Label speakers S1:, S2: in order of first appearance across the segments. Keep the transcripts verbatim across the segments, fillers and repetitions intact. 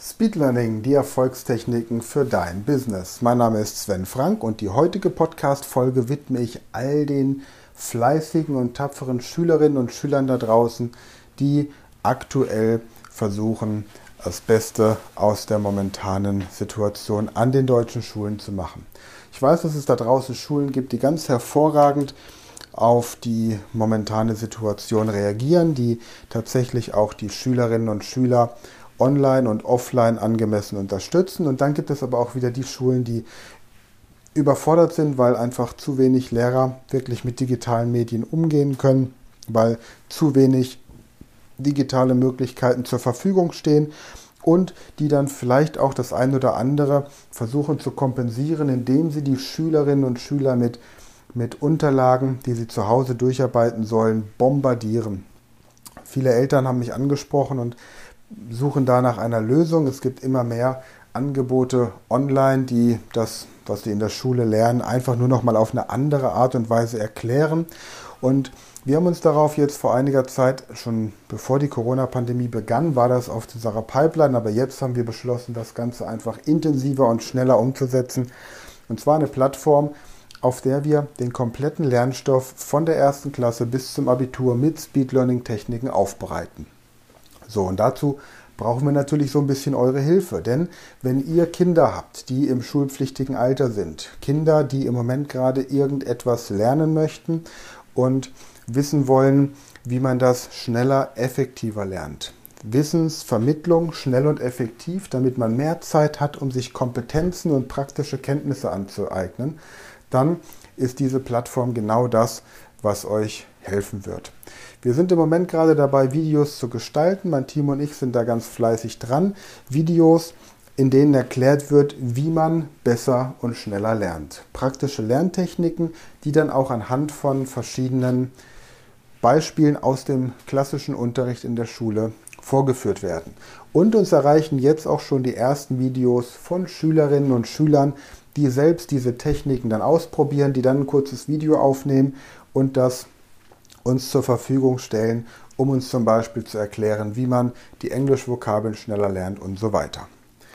S1: Speed Learning, die Erfolgstechniken für dein Business. Mein Name ist Sven Frank und die heutige Podcast-Folge widme ich all den fleißigen und tapferen Schülerinnen und Schülern da draußen, die aktuell versuchen, das Beste aus der momentanen Situation an den deutschen Schulen zu machen. Ich weiß, dass es da draußen Schulen gibt, die ganz hervorragend auf die momentane Situation reagieren, die tatsächlich auch die Schülerinnen und Schüler online und offline angemessen unterstützen. Und dann gibt es aber auch wieder die Schulen, die überfordert sind, weil einfach zu wenig Lehrer wirklich mit digitalen Medien umgehen können, weil zu wenig digitale Möglichkeiten zur Verfügung stehen und die dann vielleicht auch das ein oder andere versuchen zu kompensieren, indem sie die Schülerinnen und Schüler mit, mit Unterlagen, die sie zu Hause durcharbeiten sollen, bombardieren. Viele Eltern haben mich angesprochen und suchen da nach einer Lösung. Es gibt immer mehr Angebote online, die das, was sie in der Schule lernen, einfach nur noch mal auf eine andere Art und Weise erklären. Und wir haben uns darauf jetzt vor einiger Zeit, schon bevor die Corona-Pandemie begann, war das auf unserer Pipeline, aber jetzt haben wir beschlossen, das Ganze einfach intensiver und schneller umzusetzen. Und zwar eine Plattform, auf der wir den kompletten Lernstoff von der ersten Klasse bis zum Abitur mit Speed Learning Techniken aufbereiten. So, und dazu brauchen wir natürlich so ein bisschen eure Hilfe, denn wenn ihr Kinder habt, die im schulpflichtigen Alter sind, Kinder, die im Moment gerade irgendetwas lernen möchten und wissen wollen, wie man das schneller, effektiver lernt. Wissensvermittlung schnell und effektiv, damit man mehr Zeit hat, um sich Kompetenzen und praktische Kenntnisse anzueignen, dann ist diese Plattform genau das, was euch helfen wird. Wir sind im Moment gerade dabei, Videos zu gestalten. Mein Team und ich sind da ganz fleißig dran. Videos, in denen erklärt wird, wie man besser und schneller lernt. Praktische Lerntechniken, die dann auch anhand von verschiedenen Beispielen aus dem klassischen Unterricht in der Schule vorgeführt werden. Und uns erreichen jetzt auch schon die ersten Videos von Schülerinnen und Schülern, die selbst diese Techniken dann ausprobieren, die dann ein kurzes Video aufnehmen und das uns zur Verfügung stellen, um uns zum Beispiel zu erklären, wie man die Englischvokabeln schneller lernt und so weiter.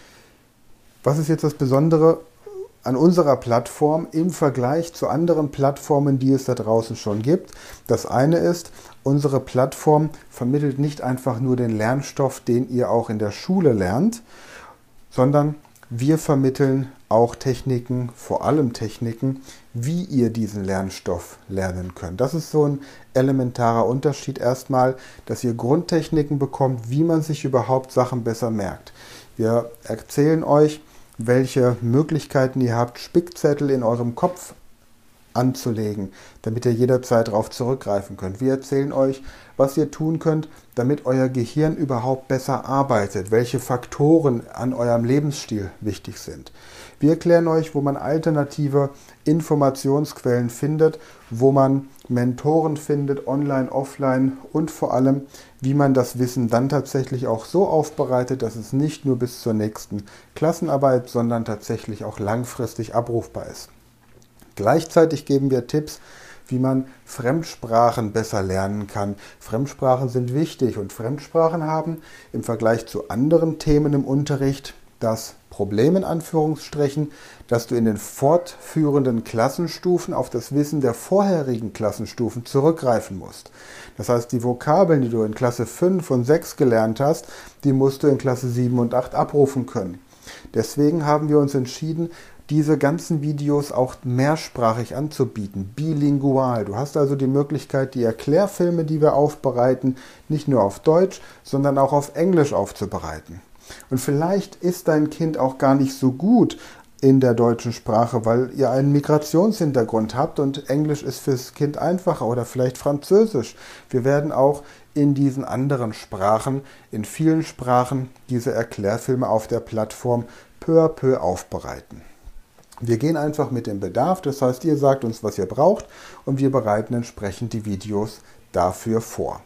S1: Was ist jetzt das Besondere an unserer Plattform im Vergleich zu anderen Plattformen, die es da draußen schon gibt? Das eine ist, unsere Plattform vermittelt nicht einfach nur den Lernstoff, den ihr auch in der Schule lernt, sondern wir vermitteln auch Techniken, vor allem Techniken, wie ihr diesen Lernstoff lernen könnt. Das ist so ein elementarer Unterschied erstmal, dass ihr Grundtechniken bekommt, wie man sich überhaupt Sachen besser merkt. Wir erzählen euch, welche Möglichkeiten ihr habt, Spickzettel in eurem Kopf anzulegen, damit ihr jederzeit darauf zurückgreifen könnt. Wir erzählen euch, was ihr tun könnt, damit euer Gehirn überhaupt besser arbeitet, welche Faktoren an eurem Lebensstil wichtig sind. Wir erklären euch, wo man alternative Informationsquellen findet, wo man Mentoren findet, online, offline und vor allem, wie man das Wissen dann tatsächlich auch so aufbereitet, dass es nicht nur bis zur nächsten Klassenarbeit, sondern tatsächlich auch langfristig abrufbar ist. Gleichzeitig geben wir Tipps, wie man Fremdsprachen besser lernen kann. Fremdsprachen sind wichtig und Fremdsprachen haben im Vergleich zu anderen Themen im Unterricht das Problem in Anführungsstrichen, dass du in den fortführenden Klassenstufen auf das Wissen der vorherigen Klassenstufen zurückgreifen musst. Das heißt, die Vokabeln, die du in Klasse fünf und sechs gelernt hast, die musst du in Klasse sieben und acht abrufen können. Deswegen haben wir uns entschieden, diese ganzen Videos auch mehrsprachig anzubieten, bilingual. Du hast also die Möglichkeit, die Erklärfilme, die wir aufbereiten, nicht nur auf Deutsch, sondern auch auf Englisch aufzubereiten. Und vielleicht ist dein Kind auch gar nicht so gut in der deutschen Sprache, weil ihr einen Migrationshintergrund habt und Englisch ist fürs Kind einfacher oder vielleicht Französisch. Wir werden auch in diesen anderen Sprachen, in vielen Sprachen, diese Erklärfilme auf der Plattform peu à peu aufbereiten. Wir gehen einfach mit dem Bedarf, das heißt, ihr sagt uns, was ihr braucht und wir bereiten entsprechend die Videos dafür vor.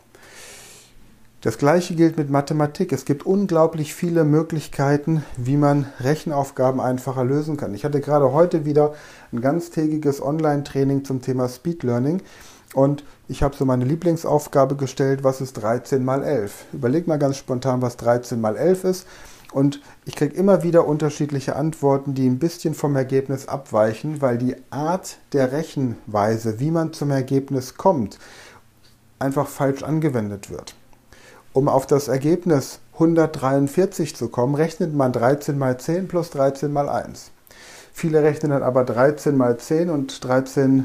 S1: Das gleiche gilt mit Mathematik. Es gibt unglaublich viele Möglichkeiten, wie man Rechenaufgaben einfacher lösen kann. Ich hatte gerade heute wieder ein ganztägiges Online-Training zum Thema Speed Learning, Und ich habe so meine Lieblingsaufgabe gestellt, was ist dreizehn mal elf? Überleg mal ganz spontan, was dreizehn mal elf ist. Und ich kriege immer wieder unterschiedliche Antworten, die ein bisschen vom Ergebnis abweichen, weil die Art der Rechenweise, wie man zum Ergebnis kommt, einfach falsch angewendet wird. Um auf das Ergebnis hundertdreiundvierzig zu kommen, rechnet man dreizehn mal zehn plus dreizehn mal eins. Viele rechnen dann aber dreizehn mal zehn und dreizehn,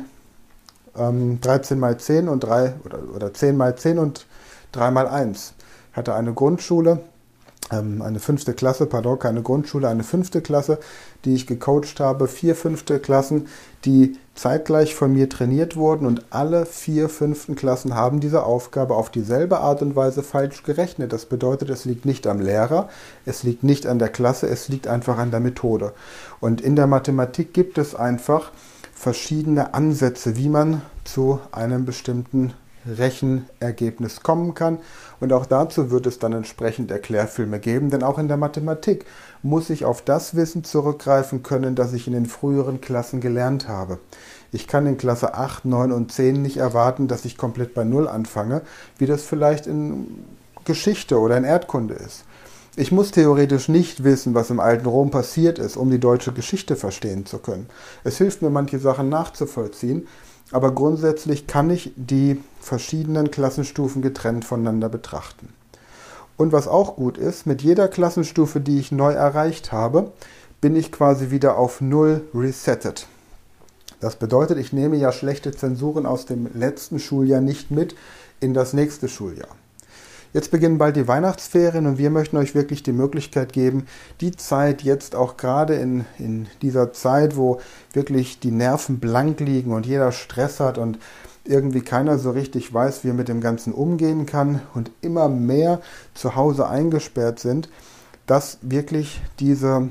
S1: ähm, dreizehn mal zehn und drei oder, oder zehn mal zehn und drei mal eins. Ich hatte eine Grundschule, ähm, eine fünfte Klasse, pardon, keine Grundschule, eine fünfte Klasse, die ich gecoacht habe, vier fünfte Klassen, die zeitgleich von mir trainiert wurden und alle vier fünften Klassen haben diese Aufgabe auf dieselbe Art und Weise falsch gerechnet. Das bedeutet, es liegt nicht am Lehrer, es liegt nicht an der Klasse, es liegt einfach an der Methode. Und in der Mathematik gibt es einfach verschiedene Ansätze, wie man zu einem bestimmten Rechenergebnis kommen kann. Und auch dazu wird es dann entsprechend Erklärfilme geben, denn auch in der Mathematik muss ich auf das Wissen zurückgreifen können, das ich in den früheren Klassen gelernt habe. Ich kann in Klasse acht, neun und zehn nicht erwarten, dass ich komplett bei Null anfange, wie das vielleicht in Geschichte oder in Erdkunde ist. Ich muss theoretisch nicht wissen, was im alten Rom passiert ist, um die deutsche Geschichte verstehen zu können. Es hilft mir, manche Sachen nachzuvollziehen, aber grundsätzlich kann ich die verschiedenen Klassenstufen getrennt voneinander betrachten. Und was auch gut ist, mit jeder Klassenstufe, die ich neu erreicht habe, bin ich quasi wieder auf Null resettet. Das bedeutet, ich nehme ja schlechte Zensuren aus dem letzten Schuljahr nicht mit in das nächste Schuljahr. Jetzt beginnen bald die Weihnachtsferien und wir möchten euch wirklich die Möglichkeit geben, die Zeit jetzt auch gerade in, in dieser Zeit, wo wirklich die Nerven blank liegen und jeder Stress hat und irgendwie keiner so richtig weiß, wie er mit dem Ganzen umgehen kann und immer mehr zu Hause eingesperrt sind, dass wirklich diese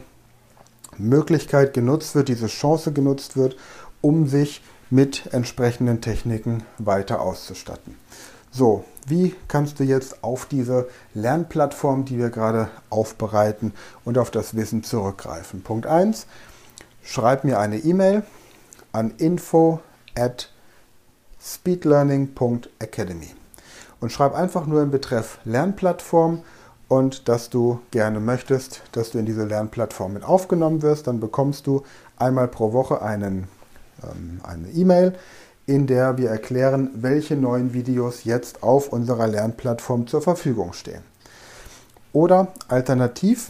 S1: Möglichkeit genutzt wird, diese Chance genutzt wird, um sich mit entsprechenden Techniken weiter auszustatten. So, wie kannst du jetzt auf diese Lernplattform, die wir gerade aufbereiten, und auf das Wissen zurückgreifen? Punkt eins, schreib mir eine E-Mail an info at speedlearning punkt academy und schreib einfach nur im Betreff Lernplattform und dass du gerne möchtest, dass du in diese Lernplattform mit aufgenommen wirst. Dann bekommst du einmal pro Woche einen, ähm, eine E-Mail, in der wir erklären, welche neuen Videos jetzt auf unserer Lernplattform zur Verfügung stehen. Oder alternativ,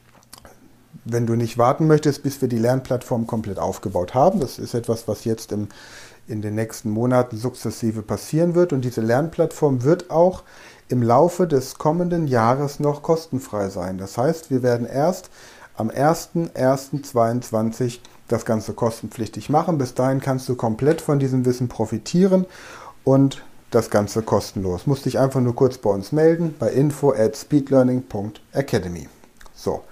S1: wenn du nicht warten möchtest, bis wir die Lernplattform komplett aufgebaut haben, das ist etwas, was jetzt im, in den nächsten Monaten sukzessive passieren wird, und diese Lernplattform wird auch im Laufe des kommenden Jahres noch kostenfrei sein. Das heißt, wir werden erst am ersten ersten zweiundzwanzig das Ganze kostenpflichtig machen. Bis dahin kannst du komplett von diesem Wissen profitieren und das Ganze kostenlos. Musst dich einfach nur kurz bei uns melden, bei info at speedlearning punkt academy. So,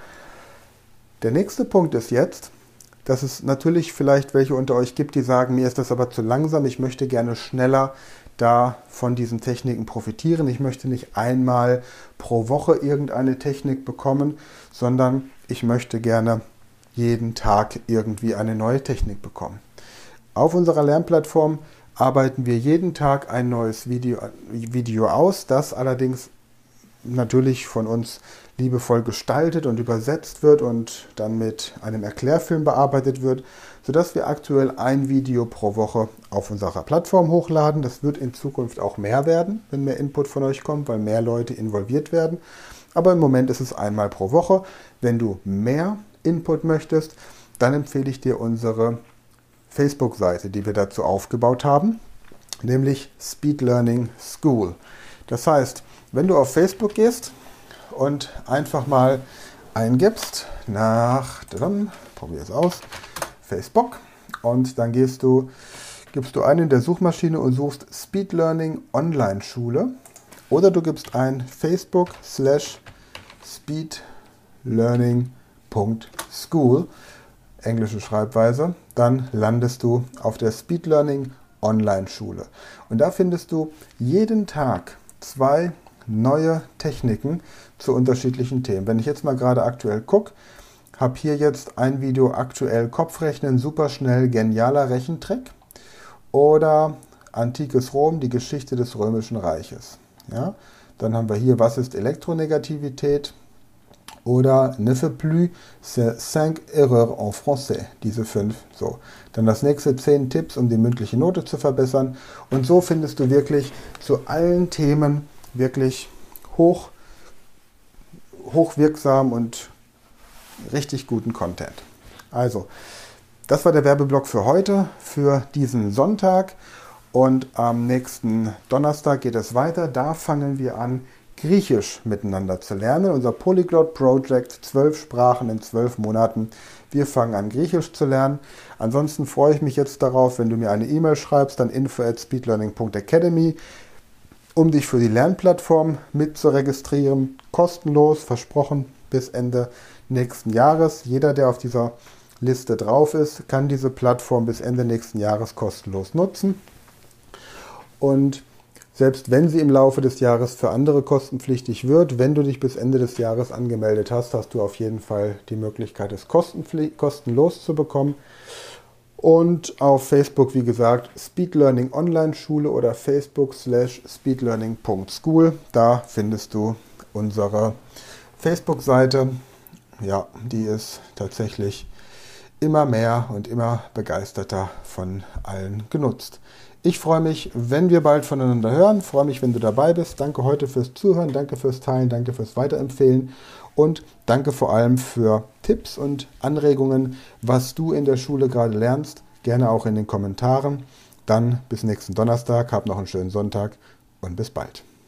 S1: der nächste Punkt ist jetzt, dass es natürlich vielleicht welche unter euch gibt, die sagen, mir ist das aber zu langsam, ich möchte gerne schneller da von diesen Techniken profitieren. Ich möchte nicht einmal pro Woche irgendeine Technik bekommen, sondern ich möchte gerne jeden Tag irgendwie eine neue Technik bekommen. Auf unserer Lernplattform arbeiten wir jeden Tag ein neues Video, Video aus, das allerdings natürlich von uns liebevoll gestaltet und übersetzt wird und dann mit einem Erklärfilm bearbeitet wird, sodass wir aktuell ein Video pro Woche auf unserer Plattform hochladen. Das wird in Zukunft auch mehr werden, wenn mehr Input von euch kommt, weil mehr Leute involviert werden. Aber im Moment ist es einmal pro Woche. Wenn du mehr Input möchtest, dann empfehle ich dir unsere Facebook-Seite, die wir dazu aufgebaut haben, nämlich Speed Learning School. Das heißt, wenn du auf Facebook gehst und einfach mal eingibst nach, probier es aus, Facebook, und dann gehst du, gibst du ein in der Suchmaschine und suchst Speed Learning Online Schule, oder du gibst ein Facebook slash Speed Learning Punkt School, englische Schreibweise, dann landest du auf der Speed Learning Online Schule. Und da findest du jeden Tag zwei neue Techniken zu unterschiedlichen Themen. Wenn ich jetzt mal gerade aktuell gucke, habe hier jetzt ein Video aktuell Kopfrechnen, superschnell, genialer Rechentrick. Oder Antikes Rom, die Geschichte des Römischen Reiches. Ja? Dann haben wir hier, was ist Elektronegativität? Oder ne fait plus, c'est cinq erreurs en français, diese fünf. So. Dann das nächste, zehn Tipps, um die mündliche Note zu verbessern. Und so findest du wirklich zu allen Themen wirklich hoch, hochwirksam und richtig guten Content. Also, das war der Werbeblock für heute, für diesen Sonntag. Und am nächsten Donnerstag geht es weiter. Da fangen wir an, Griechisch miteinander zu lernen. Unser Polyglot Project, zwölf Sprachen in zwölf Monaten. Wir fangen an, Griechisch zu lernen. Ansonsten freue ich mich jetzt darauf, wenn du mir eine E-Mail schreibst, dann info at speedlearning punkt academy, um dich für die Lernplattform mit zu registrieren. Kostenlos, versprochen, bis Ende nächsten Jahres. Jeder, der auf dieser Liste drauf ist, kann diese Plattform bis Ende nächsten Jahres kostenlos nutzen. Und selbst wenn sie im Laufe des Jahres für andere kostenpflichtig wird, wenn du dich bis Ende des Jahres angemeldet hast, hast du auf jeden Fall die Möglichkeit, es kostenlos zu bekommen. Und auf Facebook, wie gesagt, Speedlearning Online Schule oder Facebook slash speedlearning punkt school. Da findest du unsere Facebook-Seite. Ja, die ist tatsächlich immer mehr und immer begeisterter von allen genutzt. Ich freue mich, wenn wir bald voneinander hören. Ich freue mich, wenn du dabei bist. Danke heute fürs Zuhören, danke fürs Teilen, danke fürs Weiterempfehlen und danke vor allem für Tipps und Anregungen, was du in der Schule gerade lernst. Gerne auch in den Kommentaren. Dann bis nächsten Donnerstag. Hab noch einen schönen Sonntag und bis bald.